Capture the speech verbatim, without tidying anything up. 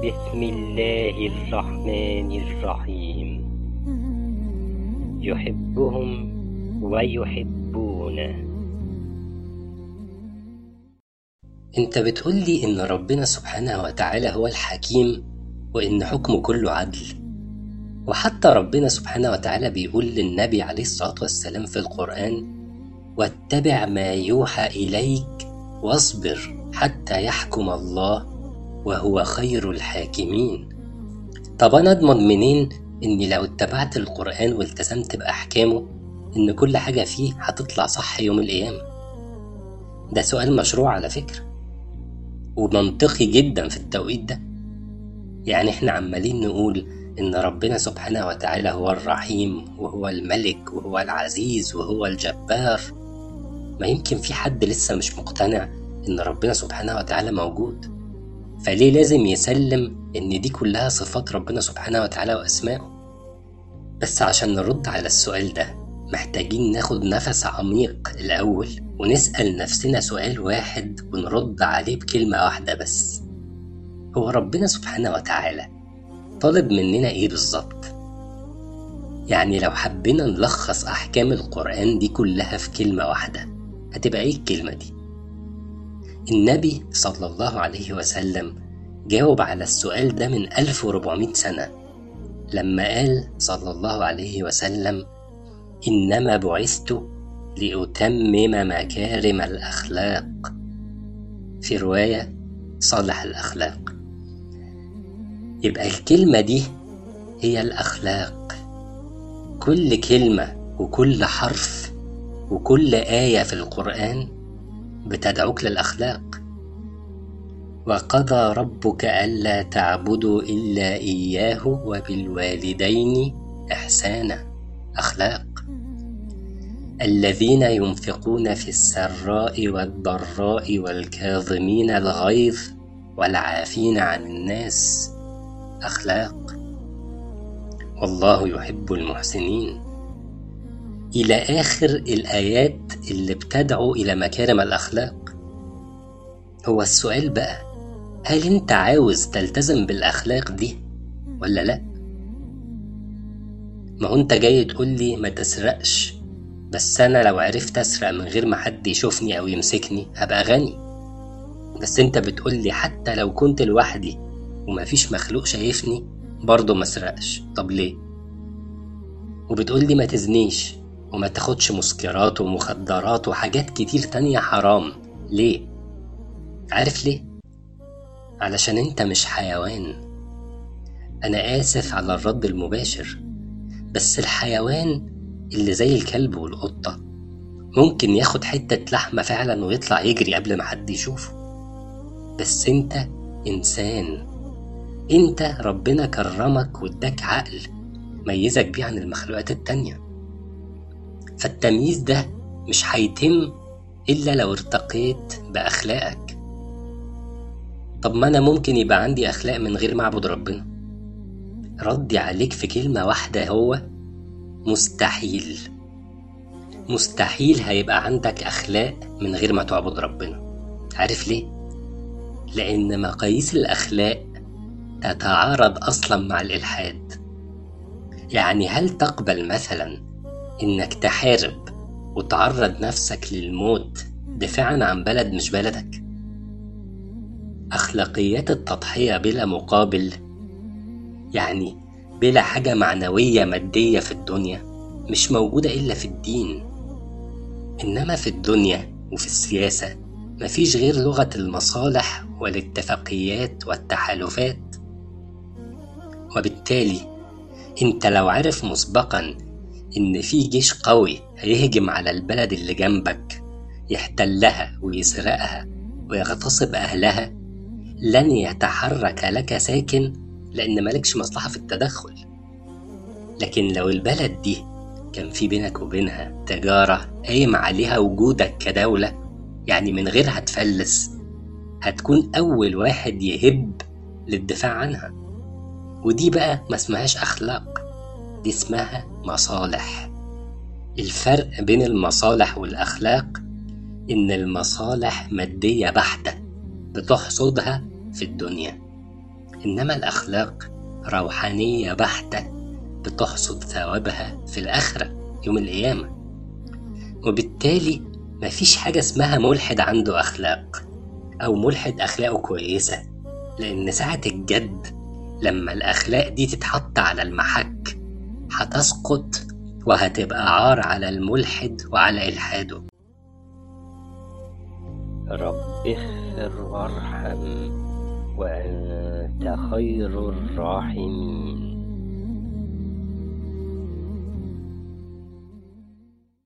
بسم الله الرحمن الرحيم. يحبهم ويحبونه. انت بتقولي ان ربنا سبحانه وتعالى هو الحكيم وان حكمه كله عدل، وحتى ربنا سبحانه وتعالى بيقول للنبي عليه الصلاة والسلام في القرآن: واتبع ما يوحى إليك واصبر حتى يحكم الله وهو خير الحاكمين. طب أنا أضمن منين إني لو اتبعت القرآن والتزمت بأحكامه إن كل حاجة فيه هتطلع صح يوم القيامة؟ ده سؤال مشروع على فكرة، ومنطقي جدا في التوقيت ده. يعني احنا عمالين نقول إن ربنا سبحانه وتعالى هو الرحيم وهو الملك وهو العزيز وهو الجبار. ما يمكن في حد لسه مش مقتنع إن ربنا سبحانه وتعالى موجود، فليه لازم يسلم إن دي كلها صفات ربنا سبحانه وتعالى وأسمائه؟ بس عشان نرد على السؤال ده محتاجين ناخد نفس عميق الأول ونسأل نفسنا سؤال واحد ونرد عليه بكلمة واحدة بس: هو ربنا سبحانه وتعالى طالب مننا إيه بالظبط؟ يعني لو حبينا نلخص أحكام القرآن دي كلها في كلمة واحدة هتبقى إيه الكلمة دي؟ النبي صلى الله عليه وسلم جاوب على السؤال ده من ألف وأربعمائة سنة لما قال صلى الله عليه وسلم: إنما بعثت لأتمم مكارم الأخلاق، في رواية صالح الأخلاق. يبقى الكلمة دي هي الأخلاق. كل كلمة وكل حرف وكل آية في القرآن بتدعوك للأخلاق. وقضى ربك ألا تعبدوا إلا إياه وبالوالدين إحسانا، أخلاق. الذين ينفقون في السراء والضراء والكاظمين الغيظ والعافين عن الناس، أخلاق. والله يحب المحسنين، إلى آخر الآيات اللي بتدعو إلى مكارم الأخلاق. هو السؤال بقى: هل أنت عاوز تلتزم بالأخلاق دي ولا لأ؟ ما هو أنت جاي تقولي ما تسرقش، بس أنا لو عرفت أسرق من غير ما حد يشوفني أو يمسكني هبقى غني. بس أنت بتقولي حتى لو كنت لوحدي ومفيش مخلوق شايفني برضه ما اسرقش. طب ليه؟ وبتقولي ما تزنيش وما تاخدش مسكرات ومخدرات وحاجات كتير تانية حرام. ليه؟ عارف ليه؟ علشان انت مش حيوان. انا اسف على الرد المباشر، بس الحيوان اللي زي الكلب والقطة ممكن ياخد حتة لحمة فعلا ويطلع يجري قبل ما حد يشوفه. بس انت انسان، انت ربنا كرمك واداك عقل ميزك بيه عن المخلوقات التانية. فالتمييز ده مش هيتم إلا لو ارتقيت بأخلاقك. طب ما أنا ممكن يبقى عندي أخلاق من غير ما أعبد ربنا. ردي عليك في كلمة واحدة: هو مستحيل. مستحيل هيبقى عندك أخلاق من غير ما تعبد ربنا. عارف ليه؟ لأن مقاييس الأخلاق تتعارض أصلا مع الإلحاد. يعني هل تقبل مثلا إنك تحارب وتعرض نفسك للموت دفاعا عن بلد مش بلدك؟ أخلاقيات التضحية بلا مقابل، يعني بلا حاجة معنوية مادية في الدنيا، مش موجودة إلا في الدين. إنما في الدنيا وفي السياسة مفيش غير لغة المصالح والاتفاقيات والتحالفات. وبالتالي انت لو عارف مسبقا ان في جيش قوي هيهجم على البلد اللي جنبك يحتلها ويسرقها ويغتصب اهلها، لن يتحرك لك ساكن لان مالكش مصلحة في التدخل. لكن لو البلد دي كان في بينك وبينها تجارة قايم عليها وجودك كدولة، يعني من غير هتفلس، هتكون اول واحد يهب للدفاع عنها. ودي بقى ما اسمهاش أخلاق، دي اسمها مصالح. الفرق بين المصالح والأخلاق إن المصالح مادية بحتة بتحصدها في الدنيا، إنما الأخلاق روحانية بحتة بتحصد ثوابها في الآخرة يوم القيامة. وبالتالي مفيش حاجة اسمها ملحد عنده أخلاق أو ملحد أخلاقه كويسة، لأن ساعة الجد لما الأخلاق دي تتحط على المحك هتسقط وهتبقى عار على الملحد وعلى إلحاده. رب اغفر وارحم وأنت خير الراحمين.